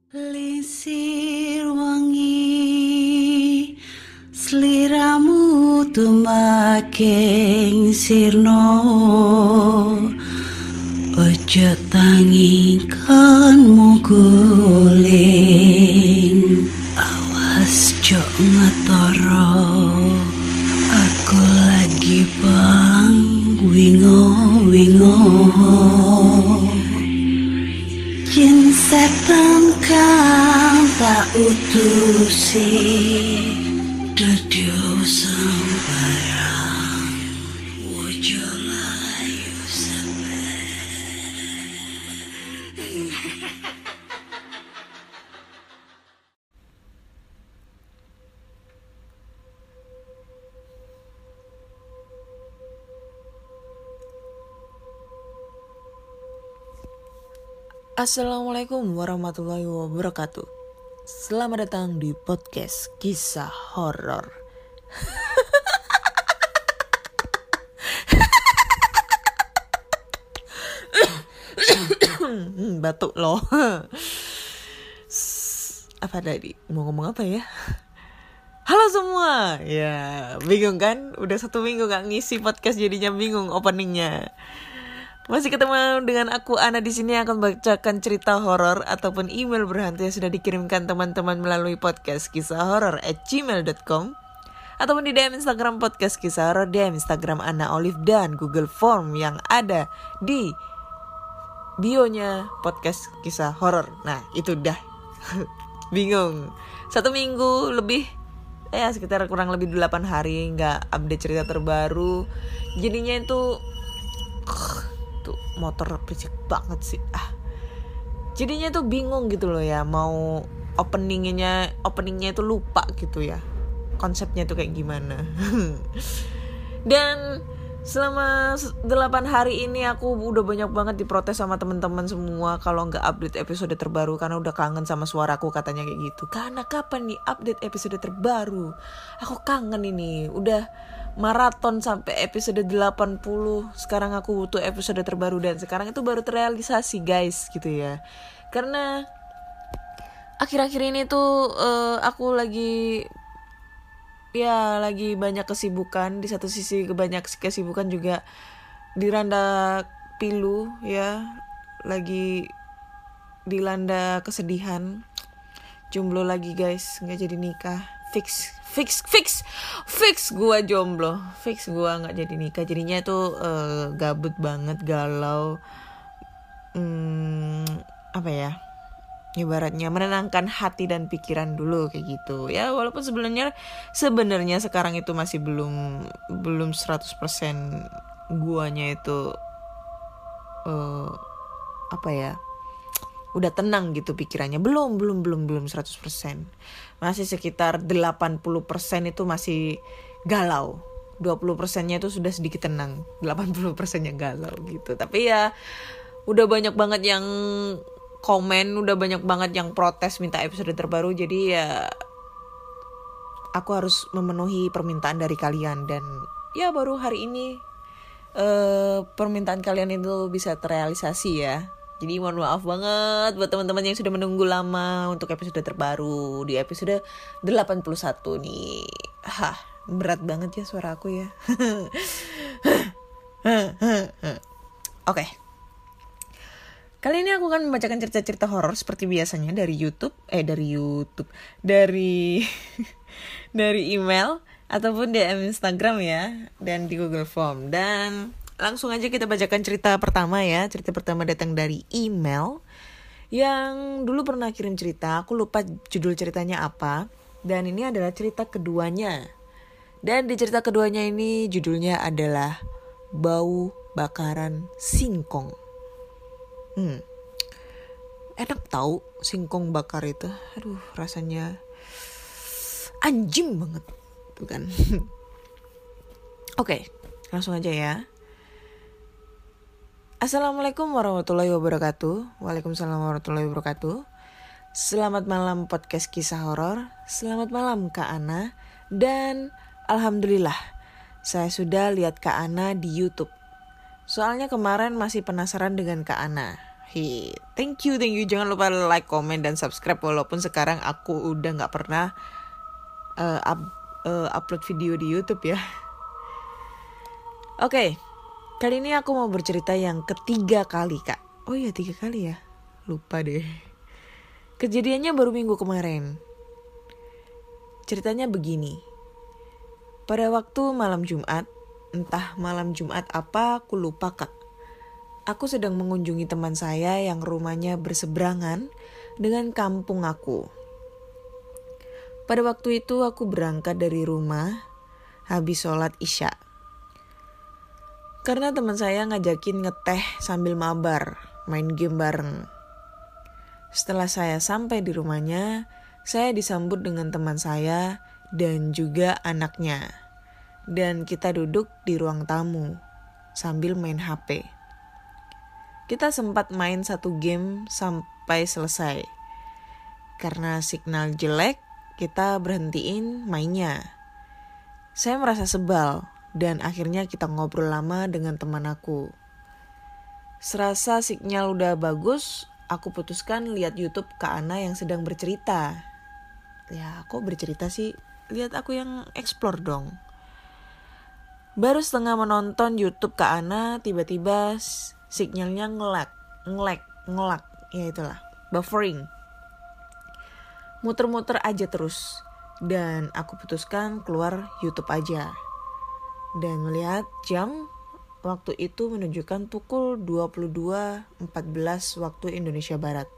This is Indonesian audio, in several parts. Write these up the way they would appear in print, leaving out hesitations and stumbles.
Lisir wangi sliramu tumaking sirno ojo tangi kanmu guling awas jok ngetoro aku lagi bang wingo Jin setan kang tak utusi Dadio sembarang Wojo layu Assalamualaikum warahmatullahi wabarakatuh. Selamat datang di podcast kisah horor. Batuk loh. Apa tadi? Mau ngomong apa ya? Halo semua. Ya, bingung kan? Udah 1 minggu gak ngisi podcast jadinya bingung openingnya. Masih ketemu dengan aku Ana di sini akan bacakan cerita horor ataupun email berhantu yang sudah dikirimkan teman-teman melalui podcast kisah horor@gmail.com ataupun di DM Instagram podcast kisah horor, DM Instagram Ana Olive dan Google Form yang ada di bio-nya podcast kisah horor. Nah, itu dah. Bingung. 1 minggu lebih sekitar kurang lebih 8 hari nggak update cerita terbaru. Jadinya itu tuh motor berisik banget sih. Jadinya tuh bingung gitu loh ya, mau openingnya itu lupa gitu ya. Konsepnya tuh kayak gimana. Dan selama 8 hari ini aku udah banyak banget diprotes sama teman-teman semua kalau nggak update episode terbaru karena udah kangen sama suaraku, katanya kayak gitu. Karena kapan nih update episode terbaru? Aku kangen ini, udah maraton sampai episode 80. Sekarang aku butuh episode terbaru dan sekarang itu baru terrealisasi guys gitu ya. Karena akhir-akhir ini tuh aku lagi banyak kesibukan. Di satu sisi banyak kesibukan juga dilanda pilu ya. Lagi dilanda kesedihan. Jomblo lagi guys, gak jadi nikah. Fix gua jomblo. Fix gua gak jadi nikah. Jadinya tuh gabut banget, galau. Ibaratnya menenangkan hati dan pikiran dulu kayak gitu. Ya walaupun sebenarnya sekarang itu masih belum 100% guanya itu udah tenang gitu pikirannya. Belum 100%. Masih sekitar 80% itu masih galau. 20%-nya itu sudah sedikit tenang. 80%-nya galau gitu. Tapi ya udah banyak banget yang komen, udah banyak banget yang protes minta episode terbaru. Jadi ya aku harus memenuhi permintaan dari kalian. Dan ya baru hari ini permintaan kalian itu bisa terrealisasi ya. Jadi mohon maaf banget buat teman-teman yang sudah menunggu lama untuk episode terbaru. Di episode 81 nih. Berat banget ya suara aku ya. Oke. Kali ini aku akan membacakan cerita-cerita horor seperti biasanya dari dari email ataupun DM Instagram ya, dan di Google Form. Dan langsung aja kita bacakan cerita pertama ya. Cerita pertama datang dari email yang dulu pernah kirim cerita. Aku lupa judul ceritanya apa. Dan ini adalah cerita keduanya. Dan di cerita keduanya ini judulnya adalah Bau Bakaran Singkong. Enak tahu singkong bakar itu. Aduh, rasanya anjing banget tuh kan. Oke, langsung aja ya. Assalamualaikum warahmatullahi wabarakatuh. Waalaikumsalam warahmatullahi wabarakatuh. Selamat malam podcast kisah horor. Selamat malam Kak Ana. Dan alhamdulillah saya sudah lihat Kak Ana di YouTube. Soalnya kemarin masih penasaran dengan Kak Ana. Thank you. Jangan lupa like, comment, dan subscribe. Walaupun sekarang aku udah gak pernah upload video di YouTube ya. Oke, kali ini aku mau bercerita yang ketiga kali, Kak. Oh iya, 3 kali ya. Lupa deh. Kejadiannya baru minggu kemarin. Ceritanya begini. Pada waktu malam Jumat, entah malam Jumat apa, aku lupa, Kak. Aku sedang mengunjungi teman saya yang rumahnya berseberangan dengan kampung aku. Pada waktu itu aku berangkat dari rumah habis sholat Isya. Karena teman saya ngajakin ngeteh sambil mabar, main game bareng. Setelah saya sampai di rumahnya, saya disambut dengan teman saya dan juga anaknya. Dan kita duduk di ruang tamu sambil main HP. Kita sempat main 1 game sampai selesai. Karena signal jelek, kita berhentiin mainnya. Saya merasa sebal. Dan akhirnya kita ngobrol lama dengan teman aku. Serasa sinyal udah bagus, aku putuskan lihat YouTube Kak Ana yang sedang bercerita. Ya, kok bercerita sih? Lihat aku yang explore dong. Baru setengah menonton YouTube Kak Ana, tiba-tiba sinyalnya ngelak. Ya itulah, buffering. Muter-muter aja terus. Dan aku putuskan keluar YouTube aja. Dan melihat jam, waktu itu menunjukkan pukul 22.14 waktu Indonesia Barat.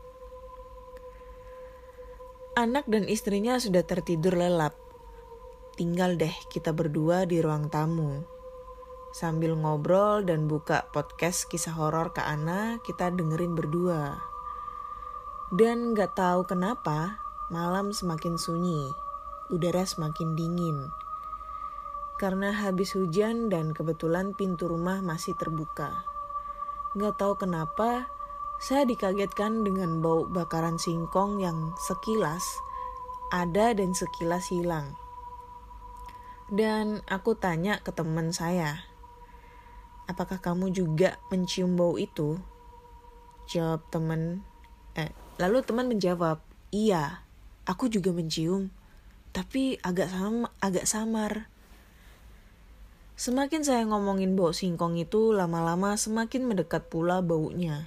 Anak dan istrinya sudah tertidur lelap. Tinggal deh kita berdua di ruang tamu. Sambil ngobrol dan buka podcast kisah horor Kak Ana, kita dengerin berdua. Dan gak tahu kenapa, malam semakin sunyi, udara semakin dingin. Karena habis hujan dan kebetulan pintu rumah masih terbuka. Gak tahu kenapa, saya dikagetkan dengan bau bakaran singkong yang sekilas ada dan sekilas hilang. Dan aku tanya ke teman saya, apakah kamu juga mencium bau itu? Jawab teman, lalu teman menjawab, iya, aku juga mencium, tapi agak samar. Semakin saya ngomongin bau singkong itu, lama-lama semakin mendekat pula baunya.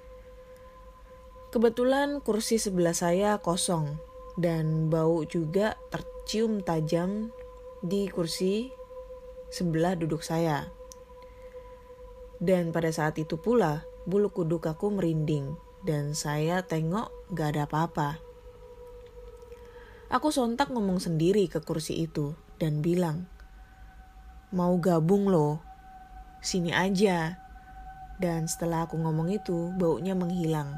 Kebetulan kursi sebelah saya kosong dan bau juga tercium tajam di kursi sebelah duduk saya. Dan pada saat itu pula bulu kuduk aku merinding dan saya tengok gak ada apa-apa. Aku sontak ngomong sendiri ke kursi itu dan bilang, mau gabung loh, sini aja. Dan setelah aku ngomong itu, baunya menghilang.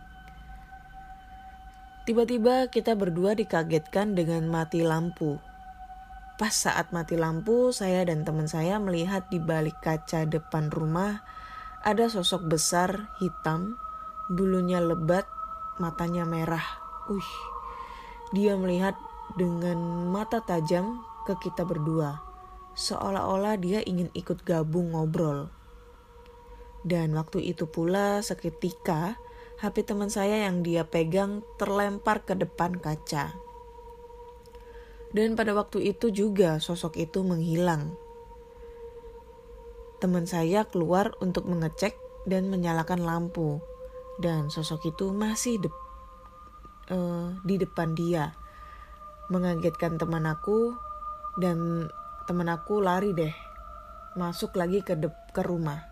Tiba-tiba kita berdua dikagetkan dengan mati lampu. Pas saat mati lampu, saya dan teman saya melihat di balik kaca depan rumah ada sosok besar hitam, bulunya lebat, matanya merah. Dia melihat dengan mata tajam ke kita berdua. Seolah-olah dia ingin ikut gabung ngobrol. Dan waktu itu pula seketika HP teman saya yang dia pegang terlempar ke depan kaca. Dan pada waktu itu juga sosok itu menghilang. Teman saya keluar untuk mengecek dan menyalakan lampu. Dan sosok itu masih di depan dia. Mengagetkan teman aku dan teman aku lari deh, masuk lagi ke rumah.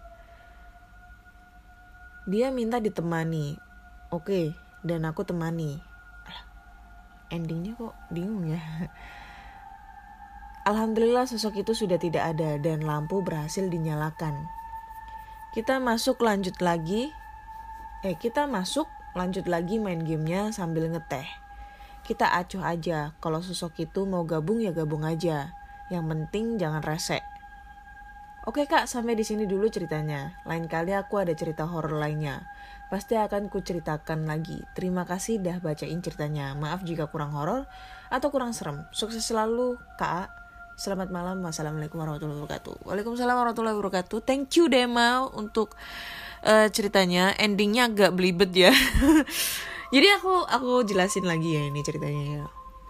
Dia minta ditemani, oke, dan aku temani. Endingnya kok bingung ya. Alhamdulillah sosok itu sudah tidak ada dan lampu berhasil dinyalakan. Kita masuk lanjut lagi main gamenya sambil ngeteh. Kita acuh aja, kalau sosok itu mau gabung ya gabung aja. Yang penting jangan rese. Oke Kak, sampai di sini dulu ceritanya. Lain kali aku ada cerita horor lainnya. Pasti akan kuceritakan lagi. Terima kasih dah bacain ceritanya. Maaf jika kurang horor atau kurang serem. Sukses selalu Kak. Selamat malam. Wassalamualaikum warahmatullahi wabarakatuh. Waalaikumsalam warahmatullahi wabarakatuh. Thank you Dema untuk ceritanya. Endingnya agak belibet ya. Jadi aku jelasin lagi ya ini ceritanya ya.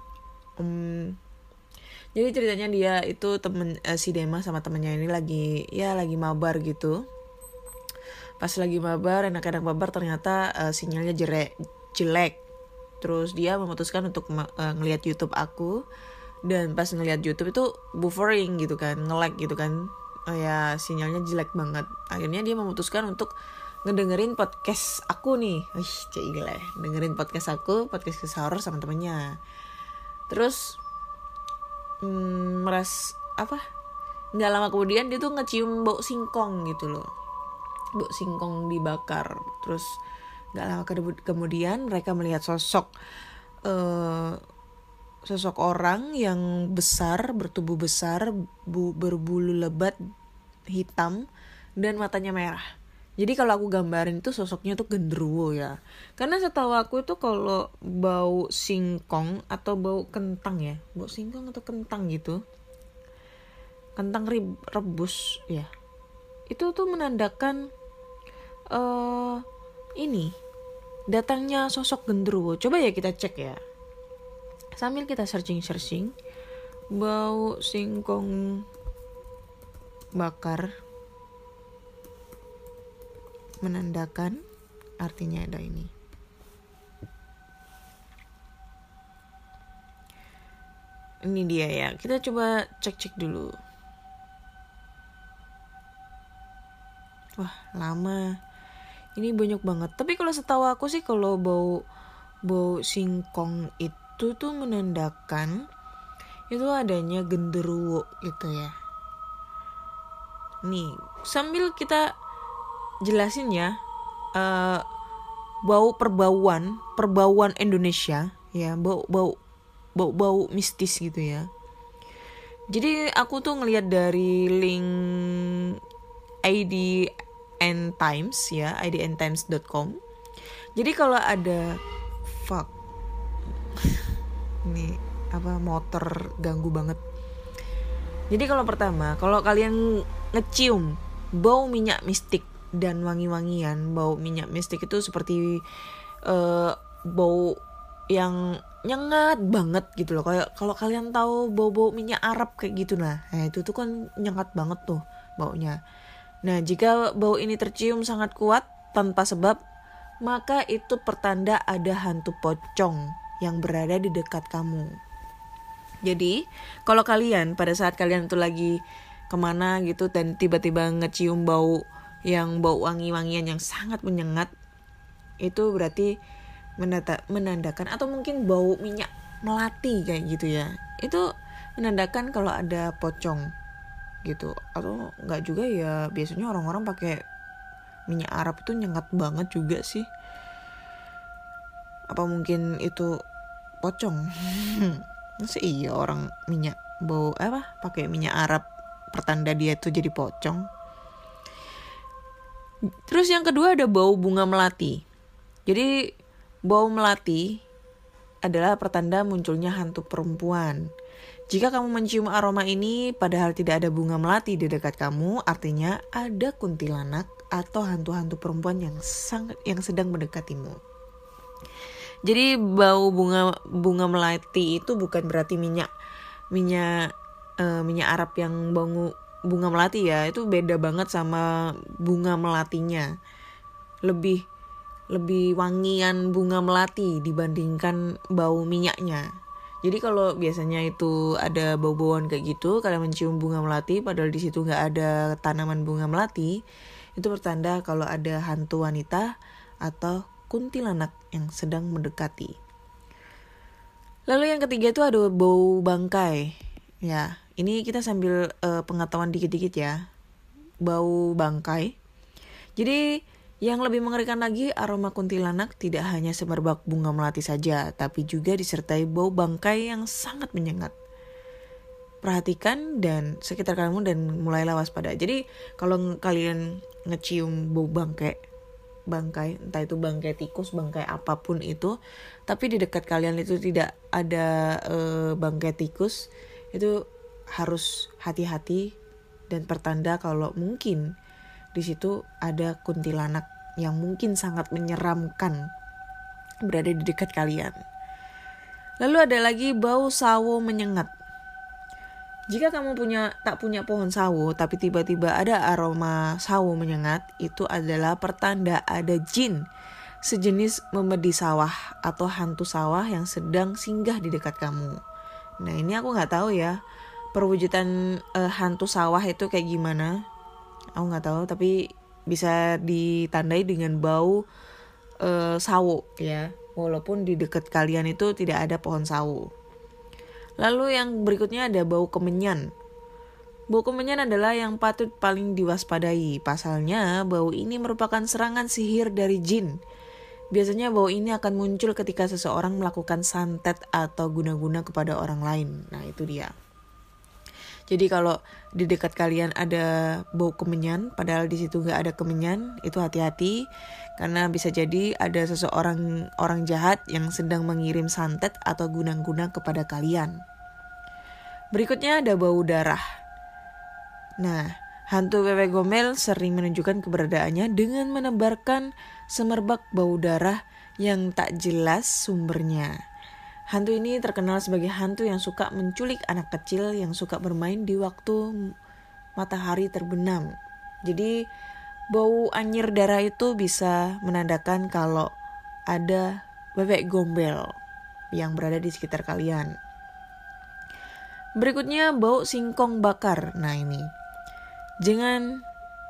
Jadi ceritanya dia itu si Dema sama temennya ini lagi mabar gitu. Pas lagi mabar, enak-enak mabar ternyata sinyalnya jelek. Terus dia memutuskan untuk ngelihat YouTube aku. Dan pas ngelihat YouTube itu buffering gitu kan, nge-lag gitu kan. Ya sinyalnya jelek banget. Akhirnya dia memutuskan untuk ngedengerin podcast aku nih. Gila. Dengerin podcast Horror sama temennya. Terus nggak lama kemudian dia tuh ngecium bau singkong gitu loh. Bau singkong dibakar. Terus nggak lama kemudian mereka melihat sosok orang yang besar, bertubuh besar, berbulu lebat, hitam, dan matanya merah. Jadi kalau aku gambarin itu sosoknya tuh genderuwo ya. Karena setahu aku itu kalau bau singkong atau bau kentang ya, bau singkong atau kentang gitu, kentang rebus ya, itu tuh menandakan ini datangnya sosok genderuwo. Coba ya kita cek ya. Sambil kita searching bau singkong bakar menandakan, artinya ada ini. Ini dia ya. Kita coba cek dulu. Wah, lama. Ini banyak banget. Tapi kalau setahu aku sih kalau bau singkong itu tuh menandakan itu adanya genderuwo gitu ya. Nih, sambil kita jelasin ya, bau perbauan Indonesia ya, bau mistis gitu ya. Jadi aku tuh ngelihat dari link IDN Times ya, idntimes.com. Jadi kalau ada ini motor ganggu banget. Jadi kalau pertama, kalau kalian ngecium bau minyak mistik dan wangi-wangian, bau minyak mistik itu seperti bau yang nyengat banget gitu loh. Kayak kalau kalian tahu bau minyak Arab kayak gitu nah itu tuh kan nyengat banget tuh baunya. Nah, jika bau ini tercium sangat kuat tanpa sebab, maka itu pertanda ada hantu pocong yang berada di dekat kamu. Jadi, kalau kalian pada saat kalian tuh lagi kemana gitu dan tiba-tiba ngecium bau wangi-wangian yang sangat menyengat, itu berarti menandakan, atau mungkin bau minyak melati kayak gitu ya. Itu menandakan kalau ada pocong gitu. Atau enggak juga ya, biasanya orang-orang pakai minyak Arab itu nyengat banget juga sih. Apa mungkin itu pocong? Masa iya orang pakai minyak Arab pertanda dia itu jadi pocong. Terus yang kedua ada bau bunga melati. Jadi bau melati adalah pertanda munculnya hantu perempuan. Jika kamu mencium aroma ini padahal tidak ada bunga melati di dekat kamu, artinya ada kuntilanak atau hantu-hantu perempuan yang sedang mendekatimu. Jadi bau bunga melati itu bukan berarti minyak Arab yang bunga melati ya. Itu beda banget sama bunga melatinya. Lebih wangian bunga melati dibandingkan bau minyaknya. Jadi kalau biasanya itu ada bau-bauan kayak gitu, kalian mencium bunga melati padahal di situ nggak ada tanaman bunga melati, itu pertanda kalau ada hantu wanita atau kuntilanak yang sedang mendekati. Lalu yang ketiga itu ada bau bangkai. Ya, ini kita sambil pengetahuan dikit-dikit ya. Bau bangkai. Jadi yang lebih mengerikan lagi, aroma kuntilanak tidak hanya semerbak bunga melati saja, tapi juga disertai bau bangkai yang sangat menyengat. Perhatikan dan sekitar kamu dan mulailah waspada. Jadi kalau kalian ngecium bau bangkai, entah itu bangkai tikus, bangkai apapun itu, tapi di dekat kalian itu tidak ada bangkai tikus, itu harus hati-hati dan pertanda kalau mungkin di situ ada kuntilanak yang mungkin sangat menyeramkan berada di dekat kalian. Lalu ada lagi bau sawo menyengat. Jika kamu tak punya pohon sawo tapi tiba-tiba ada aroma sawo menyengat, itu adalah pertanda ada jin sejenis memedi sawah atau hantu sawah yang sedang singgah di dekat kamu. Nah, ini aku nggak tahu ya perwujudan hantu sawah itu kayak gimana. Aku nggak tahu, tapi bisa ditandai dengan bau sawo ya, walaupun di dekat kalian itu tidak ada pohon sawo. Lalu yang berikutnya ada bau kemenyan. Bau kemenyan adalah yang patut paling diwaspadai. Pasalnya bau ini merupakan serangan sihir dari jin. Biasanya bau ini akan muncul ketika seseorang melakukan santet atau guna-guna kepada orang lain. Nah, itu dia. Jadi kalau di dekat kalian ada bau kemenyan, padahal di situ nggak ada kemenyan, itu hati-hati karena bisa jadi ada orang jahat yang sedang mengirim santet atau guna-guna kepada kalian. Berikutnya ada bau darah. Nah, hantu wewe gombel sering menunjukkan keberadaannya dengan menebarkan semerbak bau darah yang tak jelas sumbernya. Hantu ini terkenal sebagai hantu yang suka menculik anak kecil yang suka bermain di waktu matahari terbenam. Jadi bau anyir darah itu bisa menandakan kalau ada bebek gombel yang berada di sekitar kalian. Berikutnya bau singkong bakar. Nah, ini jangan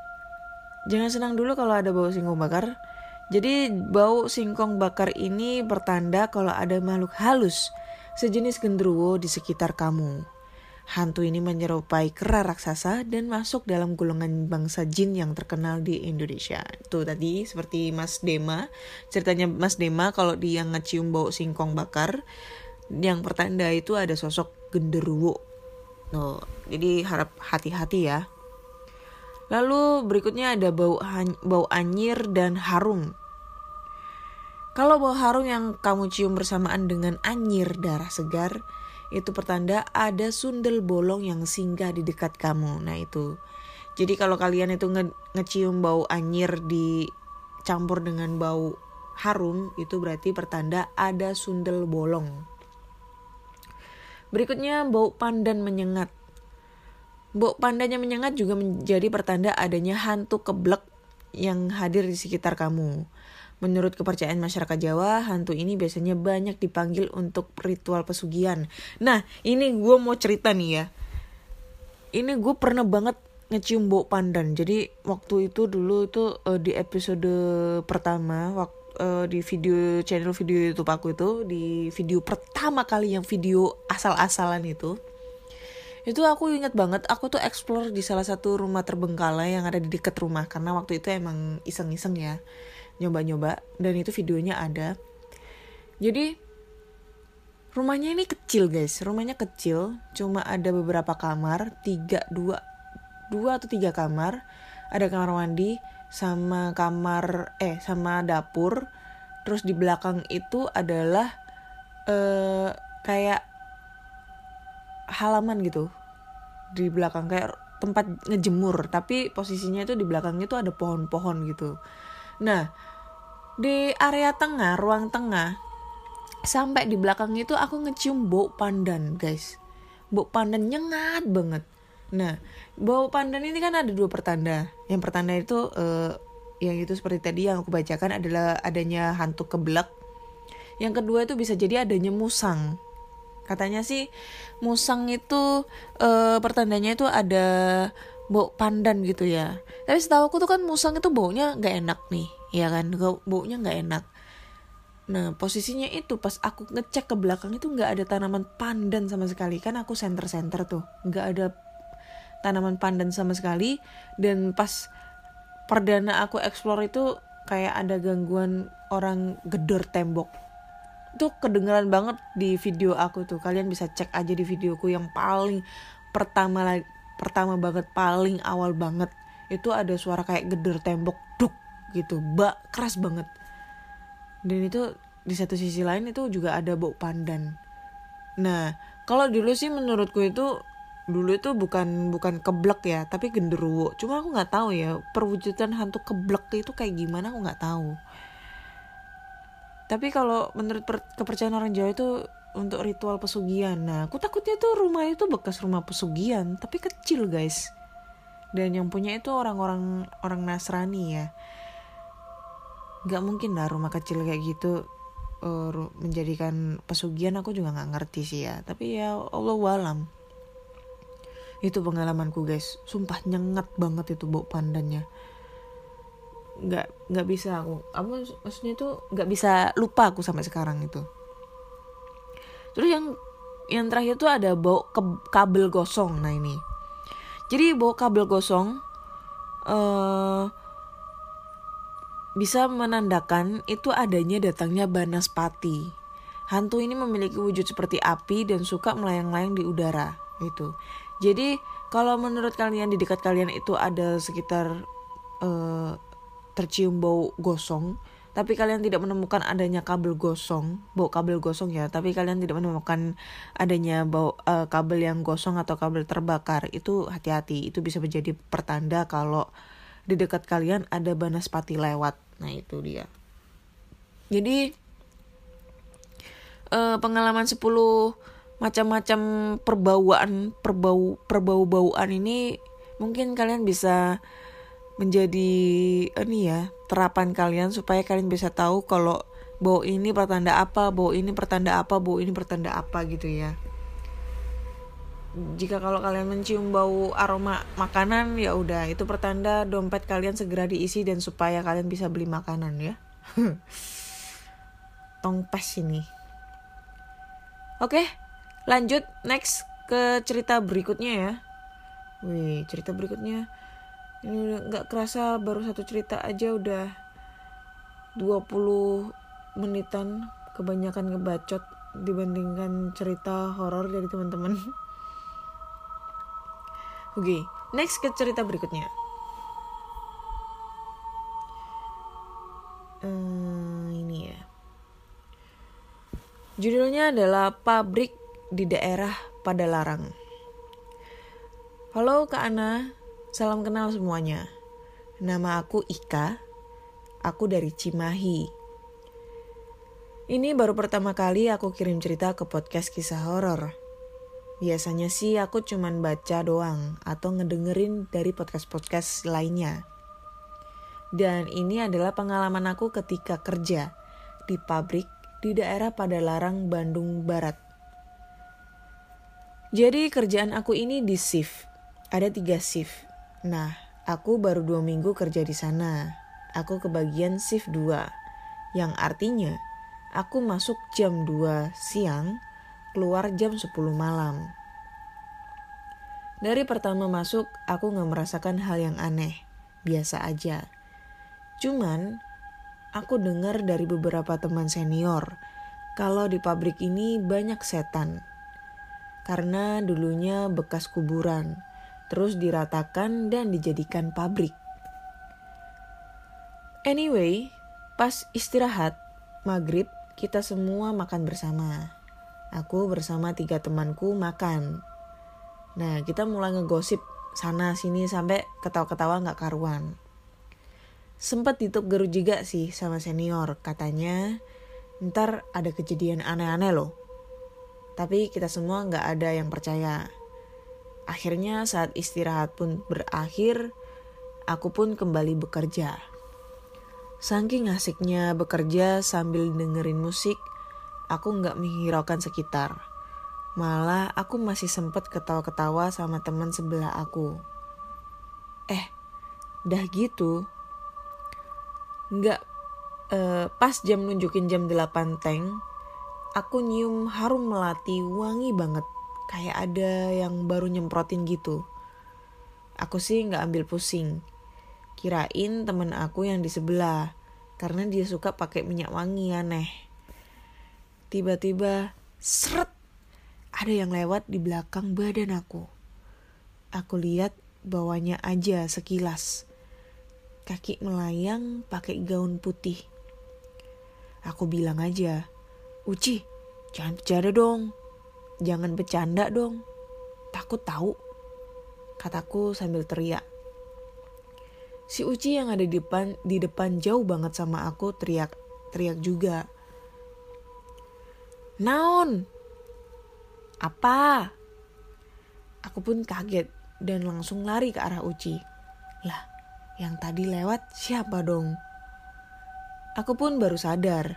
senang dulu kalau ada bau singkong bakar. Jadi bau singkong bakar ini bertanda kalau ada makhluk halus sejenis genderuwo di sekitar kamu. Hantu ini menyerupai kera raksasa dan masuk dalam golongan bangsa jin yang terkenal di Indonesia. Itu tadi seperti Mas Dema, ceritanya Mas Dema kalau dia ngecium bau singkong bakar, yang pertanda itu ada sosok genderuwo. Jadi harap hati-hati ya. Lalu berikutnya ada bau anyir dan harum. Kalau bau harum yang kamu cium bersamaan dengan anyir darah segar, itu pertanda ada sundel bolong yang singgah di dekat kamu. Nah, itu. Jadi kalau kalian itu ngecium bau anyir dicampur dengan bau harum, itu berarti pertanda ada sundel bolong. Berikutnya bau pandan menyengat. Bau pandannya menyengat juga menjadi pertanda adanya hantu keblek yang hadir di sekitar kamu. Menurut kepercayaan masyarakat Jawa, hantu ini biasanya banyak dipanggil untuk ritual pesugihan. Nah, ini gue mau cerita nih ya. Ini gue pernah banget ngecium bau pandan. Jadi waktu itu dulu itu di episode pertama, di channel video YouTube aku itu, di video pertama kali yang video asal-asalan itu aku ingat banget aku tuh explore di salah satu rumah terbengkalai yang ada di dekat rumah, karena waktu itu emang iseng-iseng ya, nyoba-nyoba, dan itu videonya ada. Jadi rumahnya ini kecil guys, rumahnya kecil, cuma ada beberapa kamar, 2 atau 3 kamar, ada kamar mandi sama sama dapur. Terus di belakang itu adalah kayak halaman gitu, di belakang kayak tempat ngejemur, tapi posisinya itu di belakangnya itu ada pohon-pohon gitu. Nah, di area tengah, ruang tengah, sampai di belakang itu aku ngecium bau pandan guys. Bau pandan nyengat banget. Nah, bau pandan ini kan ada 2 pertanda. Yang pertanda itu yang itu seperti tadi yang aku bacakan adalah adanya hantu keblek. Yang kedua itu bisa jadi adanya musang. Katanya sih musang itu pertandanya itu ada bau pandan gitu ya. Tapi setahu aku tuh kan musang itu baunya nggak enak nih, ya kan? Baunya nggak enak. Nah, posisinya itu pas aku ngecek ke belakang itu nggak ada tanaman pandan sama sekali. Kan aku center tuh, nggak ada tanaman pandan sama sekali. Dan pas perdana aku explore itu kayak ada gangguan orang gedor tembok. Itu kedengeran banget di video aku tuh. Kalian bisa cek aja di videoku yang paling pertama banget, paling awal banget. Itu ada suara kayak gedor tembok, duk gitu, keras banget. Dan itu di satu sisi lain itu juga ada bau pandan. Nah, kalau dulu sih menurutku itu dulu itu bukan keblek ya, tapi genderuwo. Cuma aku nggak tahu ya perwujudan hantu keblek itu kayak gimana, aku nggak tahu. Tapi kalau menurut kepercayaan orang Jawa itu untuk ritual pesugihan. Nah, aku takutnya tuh rumah itu bekas rumah pesugihan, tapi kecil guys. Dan yang punya itu orang Nasrani ya. Gak mungkin lah rumah kecil kayak gitu menjadikan pesugihan. Aku juga nggak ngerti sih ya. Tapi ya Allahu alam. Itu pengalamanku guys. Sumpah nyengat banget itu bau pandannya. Nggak bisa aku maksudnya itu nggak bisa lupa aku sampai sekarang itu. Terus yang terakhir tuh ada bau kabel gosong. Nah ini, jadi bau kabel gosong bisa menandakan itu adanya datangnya Banaspati. Hantu ini memiliki wujud seperti api dan suka melayang-layang di udara itu. Jadi kalau menurut kalian di dekat kalian itu ada sekitar tercium bau gosong, tapi kalian tidak menemukan adanya kabel gosong, bau kabel gosong ya, tapi kalian tidak menemukan adanya bau kabel yang gosong atau kabel terbakar, itu hati-hati, itu bisa menjadi pertanda kalau di dekat kalian ada Banaspati lewat. Nah itu dia. Jadi pengalaman 10 macam-macam perbau-bauan ini mungkin kalian bisa menjadi terapan kalian supaya kalian bisa tahu kalau bau ini pertanda apa, bau ini pertanda apa, bau ini pertanda apa gitu ya. Jika kalau kalian mencium bau aroma makanan, ya udah itu pertanda dompet kalian segera diisi dan supaya kalian bisa beli makanan ya. Tongpes ini. Oke, lanjut next ke cerita berikutnya ya. Wih, cerita berikutnya ini udah gak kerasa baru satu cerita aja udah 20 menitan. Kebanyakan ngebacot dibandingkan cerita horor dari teman-teman. Oke, next ke cerita berikutnya. Ini ya. Judulnya adalah Pabrik di Daerah Padalarang. Halo Kak Ana, salam kenal semuanya. Nama aku Ika, aku dari Cimahi. Ini baru pertama kali aku kirim cerita ke podcast kisah horor. Biasanya sih aku cuman baca doang atau ngedengerin dari podcast-podcast lainnya. Dan ini adalah pengalaman aku ketika kerja di pabrik di daerah Padalarang, Bandung Barat. Jadi kerjaan aku ini di shift. Ada 3 shift. Nah, aku baru 2 minggu kerja di sana. Aku kebagian shift 2. Yang artinya, aku masuk jam 2 siang, keluar jam 10 malam. Dari pertama masuk, aku gak merasakan hal yang aneh. Biasa aja. Cuman, aku dengar dari beberapa teman senior, kalau di pabrik ini banyak setan. Karena dulunya bekas kuburan, terus diratakan dan dijadikan pabrik. Anyway, pas istirahat, maghrib, kita semua makan bersama. Aku bersama 3 temanku makan. Nah, kita mulai ngegosip sana sini sampai ketawa-ketawa gak karuan. Sempet ditegur juga sih sama senior, katanya ntar ada kejadian aneh-aneh loh. Tapi kita semua gak ada yang percaya. Akhirnya saat istirahat pun berakhir, aku pun kembali bekerja. Saking asiknya bekerja sambil dengerin musik, aku gak menghiraukan sekitar. Malah aku masih sempet ketawa-ketawa sama teman sebelah aku. Dah gitu, pas jam nunjukin jam 8 teng, aku nyium harum melati wangi banget. Kayak ada yang baru nyemprotin gitu. Aku sih gak ambil pusing. Kirain temen aku yang di sebelah, karena dia suka pakai minyak wangi aneh. Tiba-tiba, seret, ada yang lewat di belakang badan aku. Aku lihat bawahnya aja sekilas. Kaki melayang pakai gaun putih. Aku bilang aja, Uci, jangan bercanda dong. Takut tahu, kataku sambil teriak. Si Uci yang ada di depan jauh banget sama aku teriak juga. Naon? Apa? Aku pun kaget dan langsung lari ke arah Uci. Lah, yang tadi lewat siapa dong? Aku pun baru sadar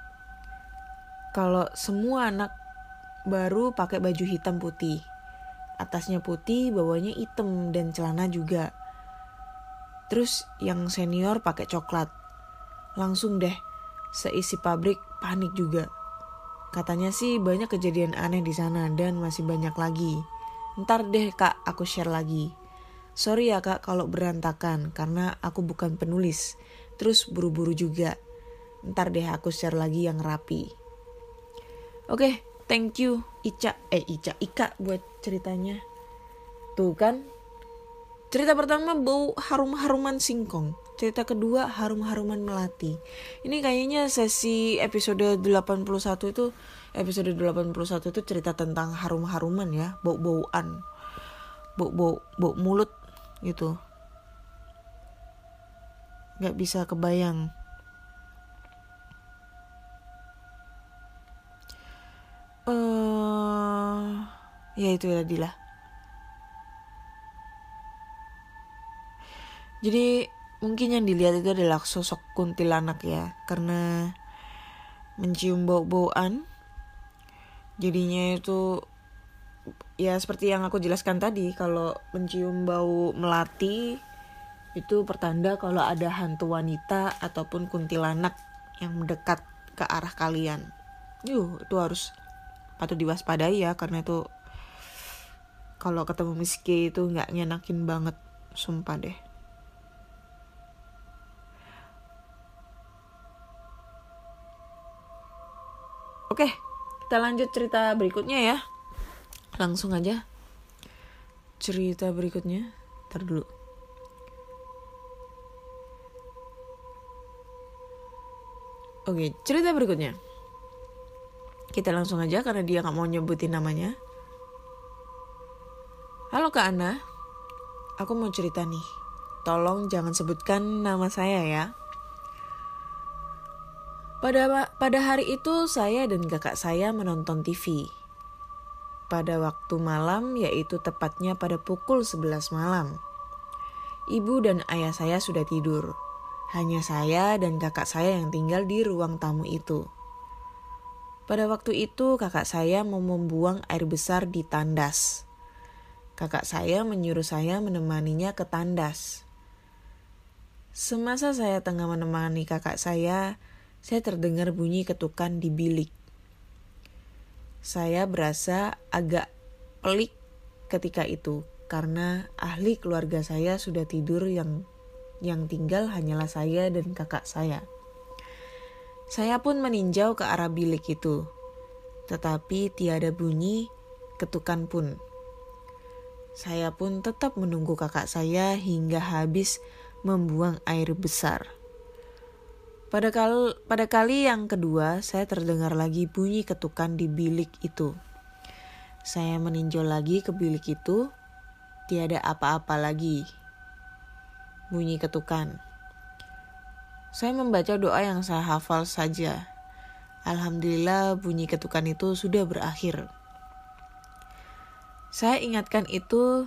kalau semua anak baru pakai baju hitam putih. Atasnya putih, bawahnya hitam dan celana juga. Terus yang senior pakai coklat. Langsung deh, seisi pabrik panik juga. Katanya sih banyak kejadian aneh di sana dan masih banyak lagi. Ntar deh kak, aku share lagi. Sorry ya kak kalau berantakan karena aku bukan penulis. Terus buru-buru juga. Ntar deh aku share lagi yang rapi. Oke, thank you Ika buat ceritanya. Tuh kan, cerita pertama bau harum-haruman singkong. Cerita kedua harum-haruman melati. Ini kayaknya sesi episode 81 itu cerita tentang harum-haruman ya, bau-bauan. Bau mulut gitu. Gak bisa kebayang. Ya itu tadi lah. Jadi mungkin yang dilihat itu adalah sosok kuntilanak ya, karena mencium bau-bauan. Jadinya itu ya seperti yang aku jelaskan tadi, kalau mencium bau melati itu pertanda kalau ada hantu wanita ataupun kuntilanak yang mendekat ke arah kalian. Itu harus patut diwaspadai ya, karena itu kalau ketemu Miski itu gak nyenakin banget, sumpah deh. Oke, kita lanjut cerita berikutnya ya. Langsung aja. Cerita berikutnya. Ntar dulu. Oke, cerita berikutnya. Kita langsung aja karena dia gak mau nyebutin namanya. Halo Kak Ana, aku mau cerita nih. Tolong jangan sebutkan nama saya ya. Pada hari itu saya dan kakak saya menonton TV. Pada waktu malam, yaitu tepatnya pada pukul 11 malam. Ibu dan ayah saya sudah tidur. Hanya saya dan kakak saya yang tinggal di ruang tamu itu. Pada waktu itu kakak saya mau membuang air besar di tandas. Kakak saya menyuruh saya menemaninya ke tandas. Semasa saya tengah menemani kakak saya terdengar bunyi ketukan di bilik. Saya berasa agak pelik ketika itu karena ahli keluarga saya sudah tidur, yang tinggal hanyalah saya dan kakak saya. Saya pun meninjau ke arah bilik itu, tetapi tiada bunyi ketukan pun. Saya pun tetap menunggu kakak saya hingga habis membuang air besar. Pada kali yang kedua, saya terdengar lagi bunyi ketukan di bilik itu. Saya meninjau lagi ke bilik itu, tiada apa-apa lagi. Bunyi ketukan. Saya membaca doa yang saya hafal saja. Alhamdulillah bunyi ketukan itu sudah berakhir. Saya ingatkan itu,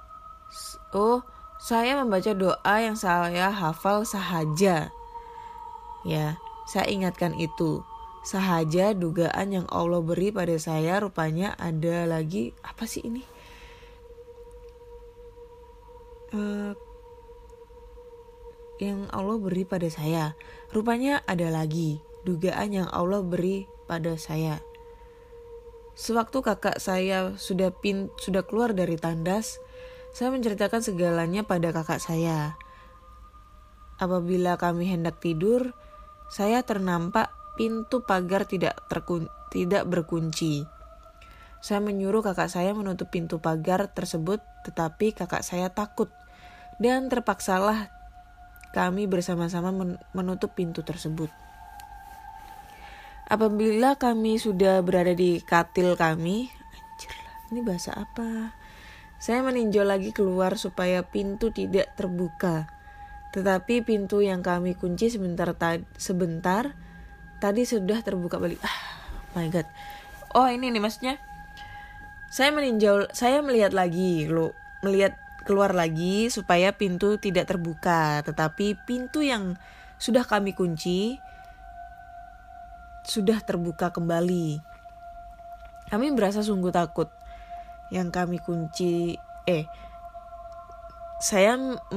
saya membaca doa yang saya hafal sahaja. Ya, saya ingatkan itu. Sahaja dugaan yang Allah beri pada saya, rupanya ada lagi, apa sih ini? Yang Allah beri pada saya. Rupanya ada lagi dugaan yang Allah beri pada saya. Sewaktu kakak saya sudah keluar dari tandas, saya menceritakan segalanya pada kakak saya. Apabila kami hendak tidur, saya ternampak pintu pagar tidak berkunci. Saya menyuruh kakak saya menutup pintu pagar tersebut, tetapi kakak saya takut dan terpaksalah kami bersama-sama menutup pintu tersebut. Apabila kami sudah berada di katil kami, ini bahasa apa? Saya meninjau lagi keluar supaya pintu tidak terbuka. Tetapi pintu yang kami kunci sebentar tadi sudah terbuka balik. My God. Oh ini nih maksudnya. Saya melihat keluar lagi supaya pintu tidak terbuka. Tetapi pintu yang sudah kami kunci sudah terbuka kembali. Kami berasa sungguh takut. Yang kami kunci, saya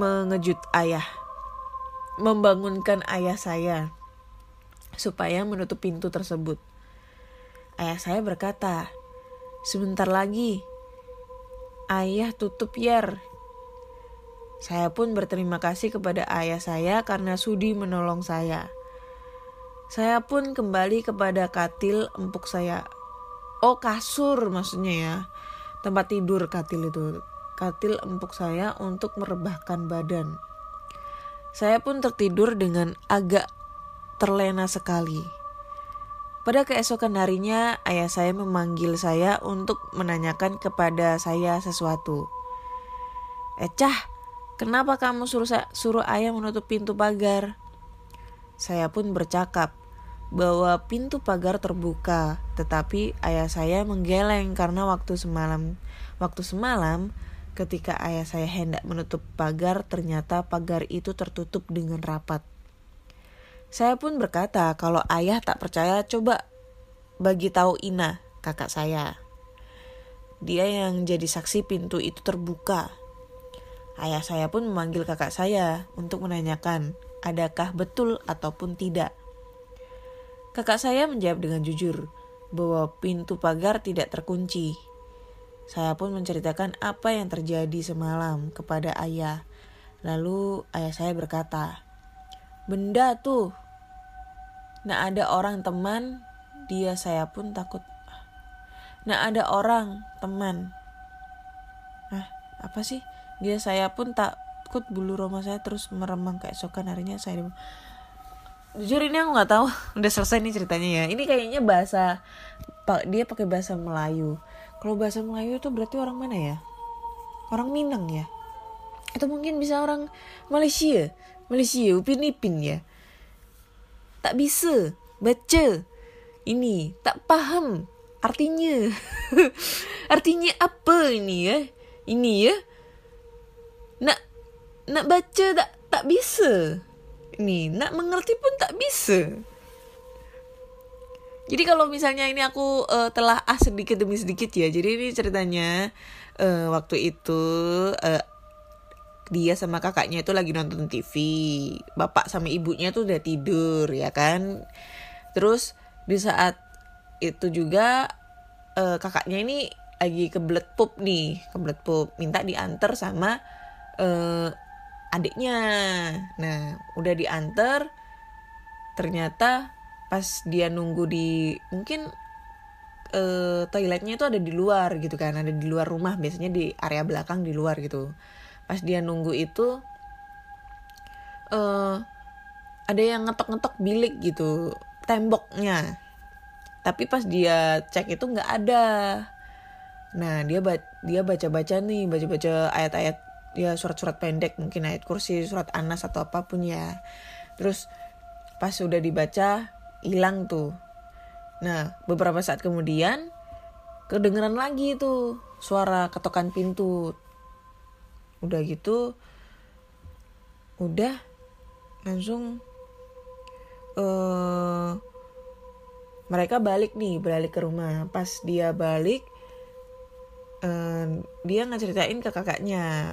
membangunkan ayah saya supaya menutup pintu tersebut. Ayah saya berkata, "Sebentar lagi, ayah tutup Yer." Saya pun berterima kasih kepada ayah saya karena sudi menolong saya. Saya pun kembali kepada katil empuk saya. Oh, kasur maksudnya ya. Tempat tidur katil itu. Katil empuk saya untuk merebahkan badan. Saya pun tertidur dengan agak terlena sekali. Pada keesokan harinya, ayah saya memanggil saya untuk menanyakan kepada saya sesuatu. "Cah, kenapa kamu suruh ayah menutup pintu pagar?" Saya pun bercakap bahwa pintu pagar terbuka, tetapi ayah saya menggeleng karena waktu semalam ketika ayah saya hendak menutup pagar, ternyata pagar itu tertutup dengan rapat. Saya pun berkata, kalau ayah tak percaya, coba bagi tahu Ina, kakak saya. Dia yang jadi saksi pintu itu terbuka. Ayah saya pun memanggil kakak saya untuk menanyakan, adakah betul ataupun tidak. Kakak saya menjawab dengan jujur bahwa pintu pagar tidak terkunci. Saya pun menceritakan apa yang terjadi semalam kepada ayah. Lalu ayah saya berkata, "Benda tuh, nah ada orang teman." Saya pun takut. Nah ada orang teman. Apa sih? Saya pun takut bulu roma saya terus meremang. Keesokan harinya saya jujur ini aku nggak tahu udah selesai nih ceritanya ya. Ini kayaknya dia pakai bahasa Melayu. Kalau bahasa Melayu itu berarti orang mana ya? Orang Minang ya? Atau mungkin bisa orang Malaysia, Upin Ipin ya? Tak bisa baca ini, tak paham artinya. Artinya apa ini ya? Ini ya? Nak baca tak bisa. Nih, nak mengerti pun tak bisa. Jadi kalau misalnya ini aku telah sedikit demi sedikit ya. Jadi ini ceritanya waktu itu dia sama kakaknya itu lagi nonton TV. Bapak sama ibunya tuh udah tidur ya kan. Terus di saat itu juga kakaknya ini lagi kebelet pup, minta diantar sama adiknya. Nah, udah diantar, ternyata pas dia nunggu di mungkin toiletnya itu ada di luar gitu kan, ada di luar rumah, biasanya di area belakang di luar gitu. Pas dia nunggu itu ada yang ngetok-ngetok bilik gitu, temboknya. Tapi pas dia cek itu nggak ada. Nah, dia baca-baca ayat-ayat, ya surat-surat pendek, mungkin ayat kursi, surat Anas atau apapun ya. Terus pas udah dibaca hilang tuh. Nah beberapa saat kemudian kedengeran lagi tuh suara ketokan pintu. Udah gitu langsung mereka balik ke rumah. Pas dia balik dia ngeceritain ke kakaknya.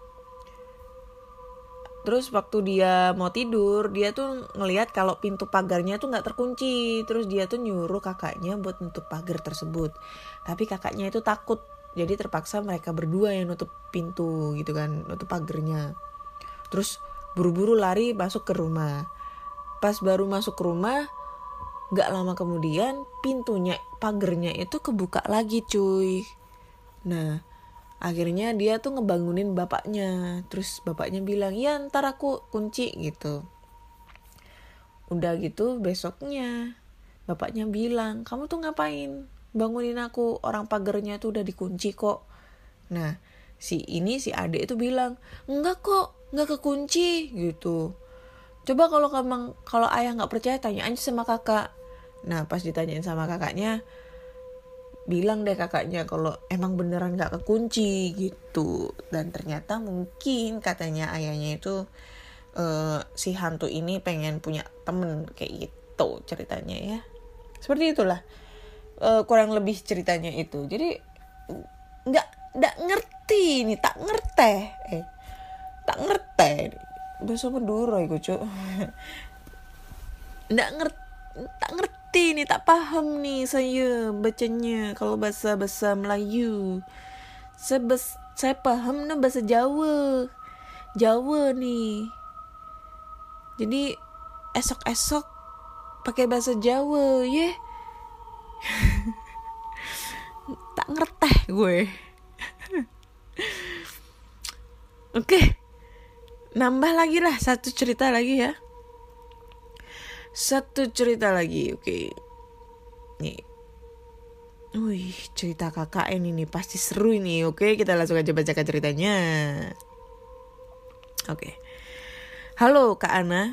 Terus waktu dia mau tidur, dia tuh ngelihat kalau pintu pagarnya tuh nggak terkunci. Terus dia tuh nyuruh kakaknya buat nutup pagar tersebut. Tapi kakaknya itu takut, jadi terpaksa mereka berdua yang nutup pintu gitu kan, nutup pagarnya. Terus buru-buru lari masuk ke rumah. Pas baru masuk ke rumah, nggak lama kemudian pagarnya itu kebuka lagi cuy. Nah akhirnya dia tuh ngebangunin bapaknya. Terus bapaknya bilang, "Ya ntar aku kunci," gitu. Udah gitu besoknya bapaknya bilang, "Kamu tuh ngapain bangunin aku? Orang pagarnya tuh udah dikunci kok." Nah Si adik itu bilang, enggak kok, enggak kekunci gitu. Coba kalau ayah nggak percaya, tanya aja sama kakak. Nah pas ditanyain sama kakaknya, bilang deh kakaknya kalau emang beneran nggak kekunci gitu. Dan ternyata mungkin katanya ayahnya itu si hantu ini pengen punya temen kayak gitu ceritanya ya. Seperti itulah kurang lebih ceritanya itu. Jadi nggak ngerti nih, tak ngerti bahasa Madura iku cuk. tak ngerti nih, tak paham nih saya bacanya kalau bahasa Melayu. Saya paham nih bahasa Jawa nih. Jadi esok pakai bahasa Jawa ya. Tak ngerti gue. Oke. Nambah lagi lah satu cerita lagi ya. Oke. Nih. Wih, cerita KKN ini pasti seru ini. Oke, kita langsung aja bacakan ceritanya. Oke. Halo Kak Ana.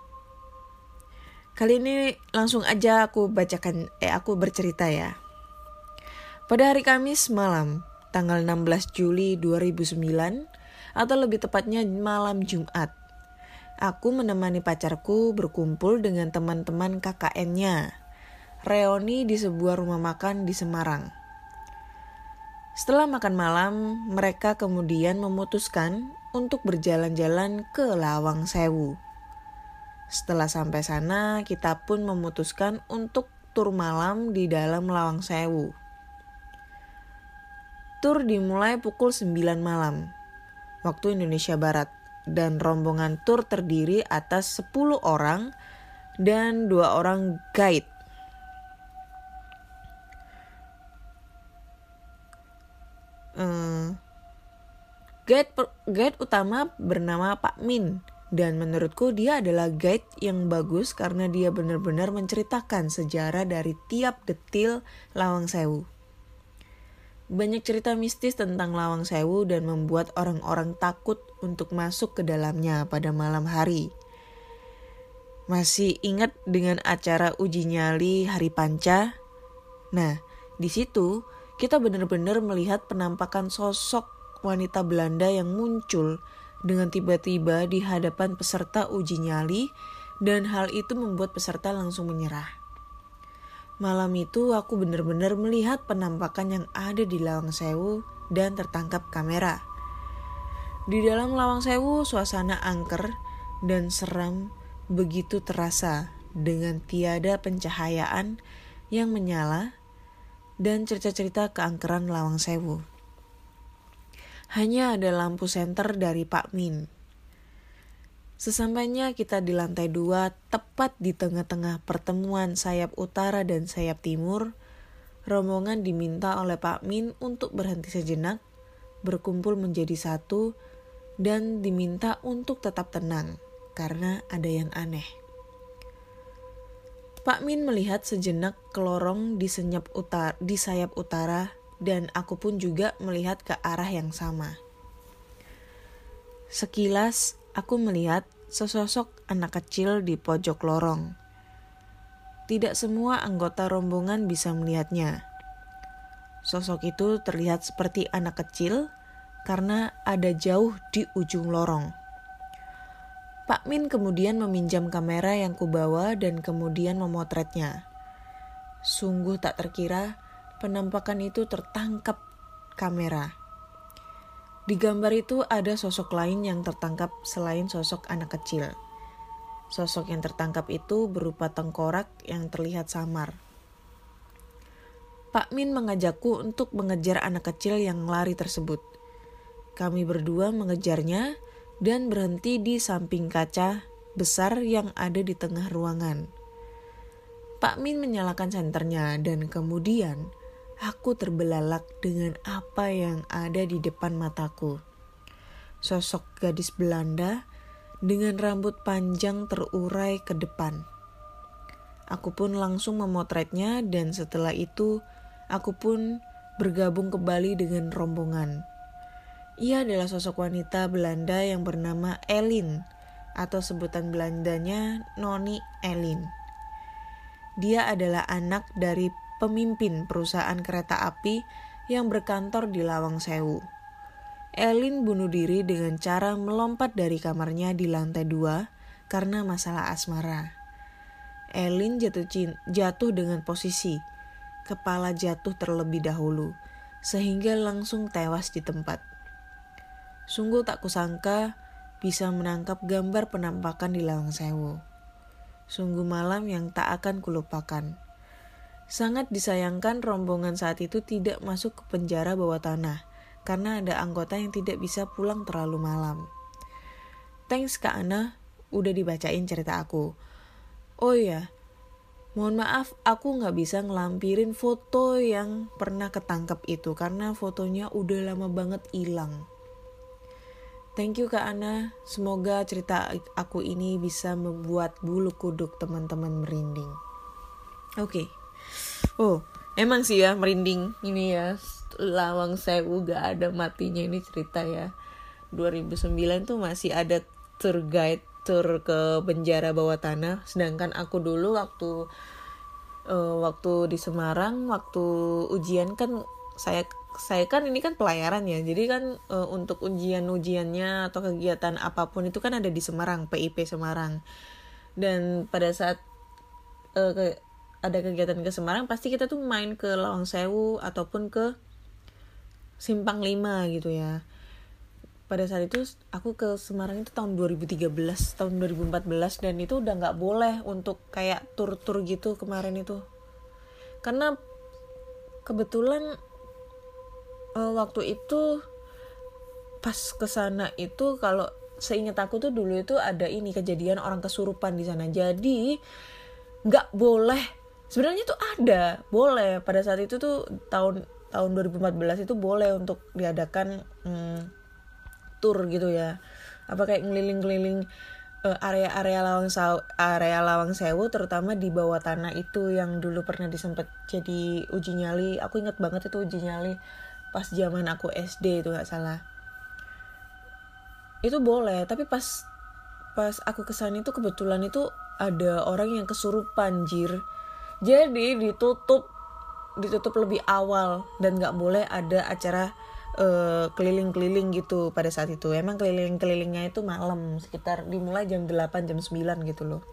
Kali ini langsung aja aku bercerita ya. Pada hari Kamis malam, tanggal 16 Juli 2009, atau lebih tepatnya malam Jumat, aku menemani pacarku berkumpul dengan teman-teman KKN-nya, reuni di sebuah rumah makan di Semarang. Setelah makan malam, mereka kemudian memutuskan untuk berjalan-jalan ke Lawang Sewu. Setelah sampai sana, kita pun memutuskan untuk tur malam di dalam Lawang Sewu. Tur dimulai pukul 9 malam, waktu Indonesia Barat, dan rombongan tur terdiri atas 10 orang dan 2 orang guide. Guide utama bernama Pak Min, dan menurutku dia adalah guide yang bagus karena dia benar-benar menceritakan sejarah dari tiap detil Lawang Sewu. Banyak cerita mistis tentang Lawang Sewu dan membuat orang-orang takut untuk masuk ke dalamnya pada malam hari. Masih ingat dengan acara uji nyali Hari Panca? Nah, di situ kita benar-benar melihat penampakan sosok wanita Belanda yang muncul dengan tiba-tiba di hadapan peserta uji nyali, dan hal itu membuat peserta langsung menyerah. Malam itu aku benar-benar melihat penampakan yang ada di Lawang Sewu dan tertangkap kamera. Di dalam Lawang Sewu suasana angker dan seram begitu terasa dengan tiada pencahayaan yang menyala dan cerita-cerita keangkeran Lawang Sewu. Hanya ada lampu senter dari Pak Min. Sesampainya kita di lantai 2, tepat di tengah-tengah pertemuan sayap utara dan sayap timur, rombongan diminta oleh Pak Min untuk berhenti sejenak, berkumpul menjadi satu, dan diminta untuk tetap tenang, karena ada yang aneh. Pak Min melihat sejenak ke lorong di sayap utara, dan aku pun juga melihat ke arah yang sama. Sekilas, aku melihat sesosok anak kecil di pojok lorong. Tidak semua anggota rombongan bisa melihatnya. Sosok itu terlihat seperti anak kecil karena ada jauh di ujung lorong. Pak Min kemudian meminjam kamera yang kubawa dan kemudian memotretnya. Sungguh tak terkira penampakan itu tertangkap kamera. Di gambar itu ada sosok lain yang tertangkap selain sosok anak kecil. Sosok yang tertangkap itu berupa tengkorak yang terlihat samar. Pak Min mengajakku untuk mengejar anak kecil yang lari tersebut. Kami berdua mengejarnya dan berhenti di samping kaca besar yang ada di tengah ruangan. Pak Min menyalakan senternya dan kemudian aku terbelalak dengan apa yang ada di depan mataku. Sosok gadis Belanda dengan rambut panjang terurai ke depan. Aku pun langsung memotretnya dan setelah itu aku pun bergabung kembali dengan rombongan. Ia adalah sosok wanita Belanda yang bernama Elin, atau sebutan Belandanya Noni Elin. Dia adalah anak dari pemimpin perusahaan kereta api yang berkantor di Lawang Sewu. Elin bunuh diri dengan cara melompat dari kamarnya di lantai 2 karena masalah asmara. Elin jatuh dengan posisi kepala jatuh terlebih dahulu, sehingga langsung tewas di tempat. Sungguh tak kusangka bisa menangkap gambar penampakan di Lawang Sewu. Sungguh malam yang tak akan kulupakan. Sangat disayangkan rombongan saat itu tidak masuk ke penjara bawah tanah, karena ada anggota yang tidak bisa pulang terlalu malam. Thanks Kak Ana, udah dibacain cerita aku. Oh iya, mohon maaf aku gak bisa ngelampirin foto yang pernah ketangkep itu, karena fotonya udah lama banget hilang. Thank you Kak Ana, semoga cerita aku ini bisa membuat bulu kuduk teman-teman merinding. Oke. Oh, emang sih ya merinding ini ya. Lawang Sewu gak ada matinya ini cerita ya. 2009 tuh masih ada tour guide, tour ke penjara bawah tanah. Sedangkan aku dulu waktu di Semarang, waktu ujian kan saya kan ini kan pelayaran ya, jadi kan untuk ujiannya atau kegiatan apapun itu kan ada di Semarang, PIP Semarang. Dan pada saat ada kegiatan ke Semarang, pasti kita tuh main ke Lawang Sewu ataupun ke Simpang 5 gitu ya. Pada saat itu aku ke Semarang itu tahun 2013, tahun 2014, dan itu udah nggak boleh untuk kayak tur-tur gitu kemarin itu, karena kebetulan waktu itu pas kesana itu, kalau seingat aku tuh dulu itu ada ini kejadian orang kesurupan di sana, jadi nggak boleh. Sebenarnya tuh ada boleh pada saat itu tuh tahun 2014 itu boleh untuk diadakan tour gitu ya, apa kayak ngeliling-ngeliling area Lawang Sewu, terutama di bawah tanah itu yang dulu pernah disempet jadi uji nyali. Aku ingat banget itu uji nyali pas zaman aku SD itu nggak salah. Itu boleh, tapi pas aku kesana itu kebetulan itu ada orang yang kesurupan jir. Jadi ditutup lebih awal dan nggak boleh ada acara keliling-keliling gitu pada saat itu. Emang keliling-kelilingnya itu malam, sekitar dimulai jam 8, jam 9 gitu loh.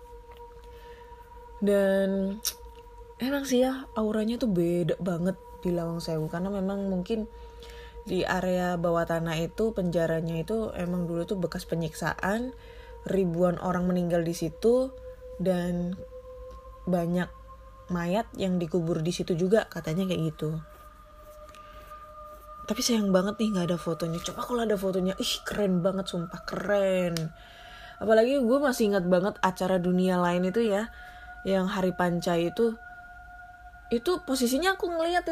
Dan emang sih ya auranya tuh beda banget di Lawang Sewu, karena memang mungkin di area bawah tanah itu penjaranya itu emang dulu tuh bekas penyiksaan, ribuan orang meninggal di situ dan banyak mayat yang dikubur di situ juga, katanya kayak gitu. Tapi sayang banget nih nggak ada fotonya. Coba kalau ada fotonya, keren banget, sumpah keren. Apalagi gue masih ingat banget acara Dunia Lain itu ya, yang Hari Panca itu posisinya aku ngelihat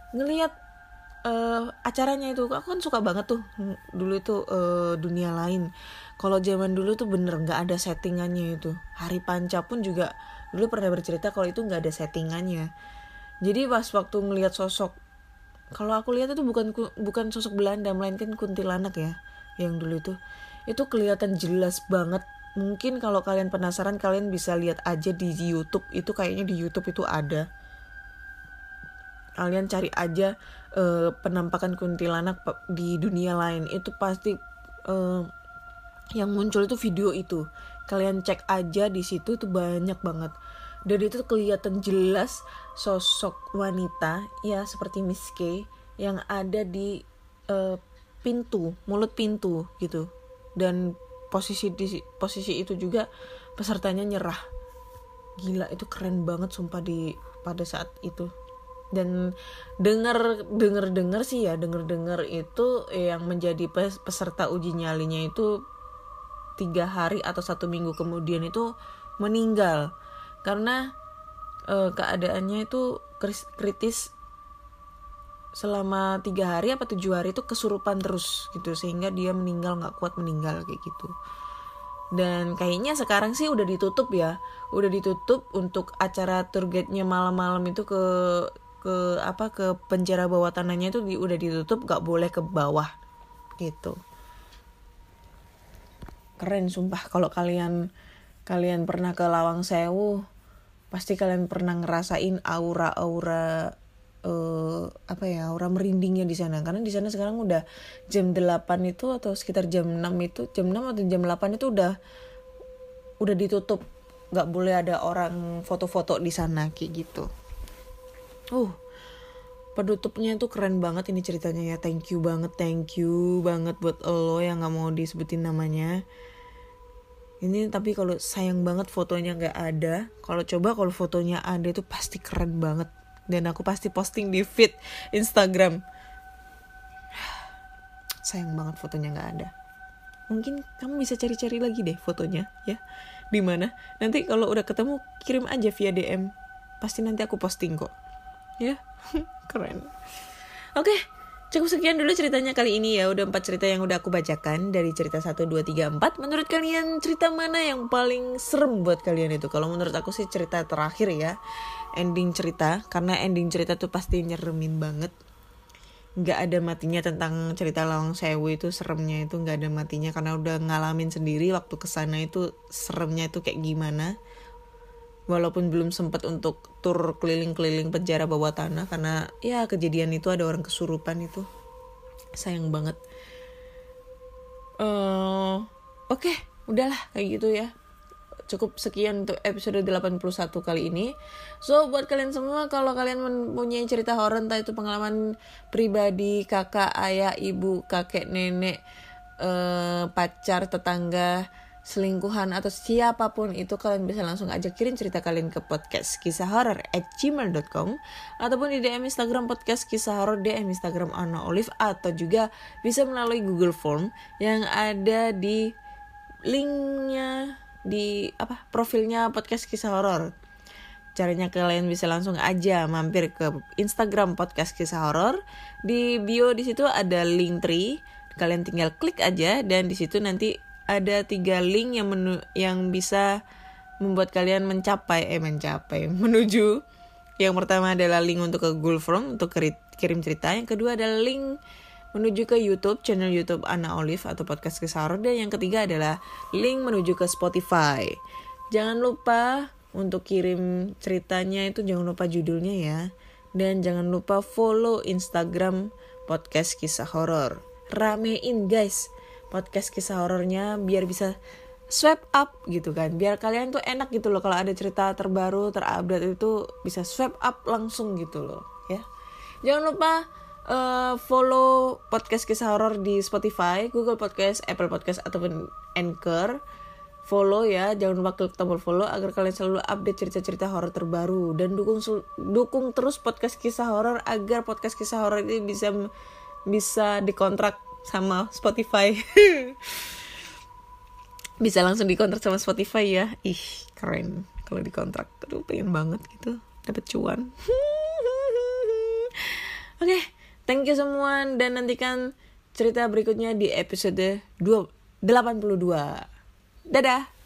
acaranya itu. Aku kan suka banget tuh dulu itu Dunia Lain. Kalau zaman dulu tuh bener nggak ada settingannya itu. Hari Panca pun juga dulu pernah bercerita kalau itu nggak ada settingannya. Jadi pas waktu ngelihat sosok, kalau aku lihat itu bukan sosok Belanda, melainkan kuntilanak ya, yang dulu itu kelihatan jelas banget. Mungkin kalau kalian penasaran, kalian bisa lihat aja di YouTube. Itu kayaknya di YouTube itu ada. Kalian cari aja penampakan kuntilanak di Dunia Lain. Itu pasti yang muncul itu video itu. Kalian cek aja di situ, itu banyak banget. Dan itu kelihatan jelas sosok wanita ya seperti Miss K yang ada di mulut pintu gitu. Dan posisi itu juga pesertanya nyerah. Gila, itu keren banget sumpah pada saat itu. Dan dengar itu yang menjadi peserta uji nyalinya itu 3 hari atau 1 minggu kemudian itu meninggal karena keadaannya itu kritis selama 3 hari apa 7 hari itu kesurupan terus gitu, sehingga dia meninggal, nggak kuat meninggal kayak gitu. Dan kayaknya sekarang sih udah ditutup untuk acara tour guide-nya malam-malam itu ke penjara bawah tanahnya itu udah ditutup, nggak boleh ke bawah. gitu. Keren sumpah. Kalau kalian pernah ke Lawang Sewu, pasti kalian pernah ngerasain aura aura merindingnya di sana. Karena di sana sekarang udah jam 8 itu atau sekitar jam 6 atau jam 8 itu udah ditutup. Nggak boleh ada orang foto-foto di sana kayak gitu. Penutupnya itu keren banget ini ceritanya ya. Thank you banget buat lo yang nggak mau disebutin namanya. Ini tapi kalau sayang banget fotonya nggak ada. Kalau fotonya ada itu pasti keren banget. Dan aku pasti posting di feed Instagram. Sayang banget fotonya nggak ada. Mungkin kamu bisa cari-cari lagi deh fotonya ya. Di mana? Nanti kalau udah ketemu kirim aja via DM. Pasti nanti aku posting kok. Ya, keren. Oke, cukup sekian dulu ceritanya kali ini ya. Udah 4 cerita yang udah aku bacakan. Dari cerita 1, 2, 3, 4. Menurut kalian cerita mana yang paling serem buat kalian itu? Kalau menurut aku sih cerita terakhir ya, ending cerita. Karena ending cerita tuh pasti nyeremin banget. Gak ada matinya tentang cerita Lawang Sewu itu. Seremnya itu gak ada matinya. Karena udah ngalamin sendiri waktu kesana itu seremnya itu kayak gimana. Walaupun belum sempat untuk tur keliling-keliling penjara bawah tanah. Karena ya kejadian itu ada orang kesurupan itu. Sayang banget. Oke, udahlah kayak gitu ya. Cukup sekian untuk episode 81 kali ini. So buat kalian semua, kalau kalian mempunyai cerita horor, entah itu pengalaman pribadi, kakak, ayah, ibu, kakek, nenek, pacar, tetangga, selingkuhan, atau siapapun itu, kalian bisa langsung aja kirim cerita kalian ke podcastkisahhoror@gmail.com ataupun di DM Instagram podcast kisah horor, DM Instagram Anna Olive, atau juga bisa melalui Google Form yang ada di linknya di profilnya podcast kisah horor. Caranya kalian bisa langsung aja mampir ke Instagram podcast kisah horor. Di bio di situ ada link tree. Kalian tinggal klik aja dan di situ nanti ada 3 link yang bisa membuat kalian menuju. Yang pertama adalah link untuk ke Google Form untuk kirim cerita. Yang kedua adalah link menuju ke YouTube, channel YouTube Anna Olive atau podcast kisah horor. Dan yang ketiga adalah link menuju ke Spotify. Jangan lupa untuk kirim ceritanya itu, jangan lupa judulnya ya. Dan jangan lupa follow Instagram podcast kisah horor. Ramein guys podcast kisah horornya biar bisa swipe up gitu kan. Biar kalian tuh enak gitu loh, kalau ada cerita terbaru, terupdate itu bisa swipe up langsung gitu loh ya. Jangan lupa follow podcast kisah horor di Spotify, Google Podcast, Apple Podcast ataupun Anchor. Follow ya, jangan lupa klik tombol follow agar kalian selalu update cerita-cerita horor terbaru. Dan dukung terus podcast kisah horor agar podcast kisah horor ini bisa dikontrak sama Spotify. Bisa langsung dikontrak sama Spotify ya. Ih, keren kalau dikontrak. Aduh, pengen banget gitu dapat cuan. Oke, thank you semua dan nantikan cerita berikutnya di episode 82. Dadah.